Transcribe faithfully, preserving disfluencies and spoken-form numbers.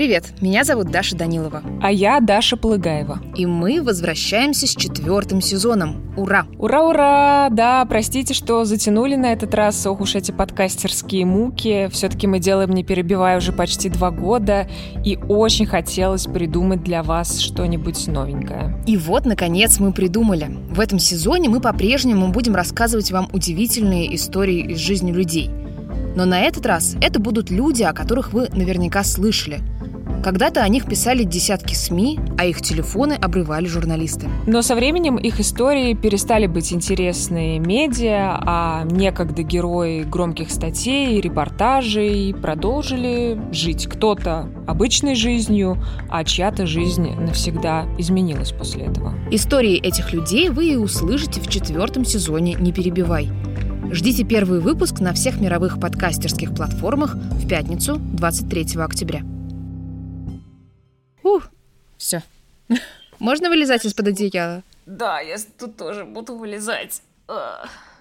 Привет, меня зовут Даша Данилова. А я Даша Полыгаева. И мы возвращаемся с четвертым сезоном. Ура! Ура-ура! Да, простите, что затянули на этот раз. Ох уж эти подкастерские муки. Все-таки мы делаем «Не перебивай» уже почти два года. И очень хотелось придумать для вас что-нибудь новенькое. И вот, наконец, мы придумали. В этом сезоне мы по-прежнему будем рассказывать вам удивительные истории из жизни людей. Но на этот раз это будут люди, о которых вы наверняка слышали. Когда-то о них писали десятки СМИ, а их телефоны обрывали журналисты. Но со временем их истории перестали быть интересны медиа, а некогда герои громких статей и репортажей продолжили жить. Кто-то обычной жизнью, а чья-то жизнь навсегда изменилась после этого. Истории этих людей вы и услышите в четвертом сезоне «Не перебивай». Ждите первый выпуск на всех мировых подкастерских платформах в пятницу, двадцать третьего октября. Ух, все. Можно вылезать из-под одеяла? Да, я тут тоже буду вылезать. Ugh.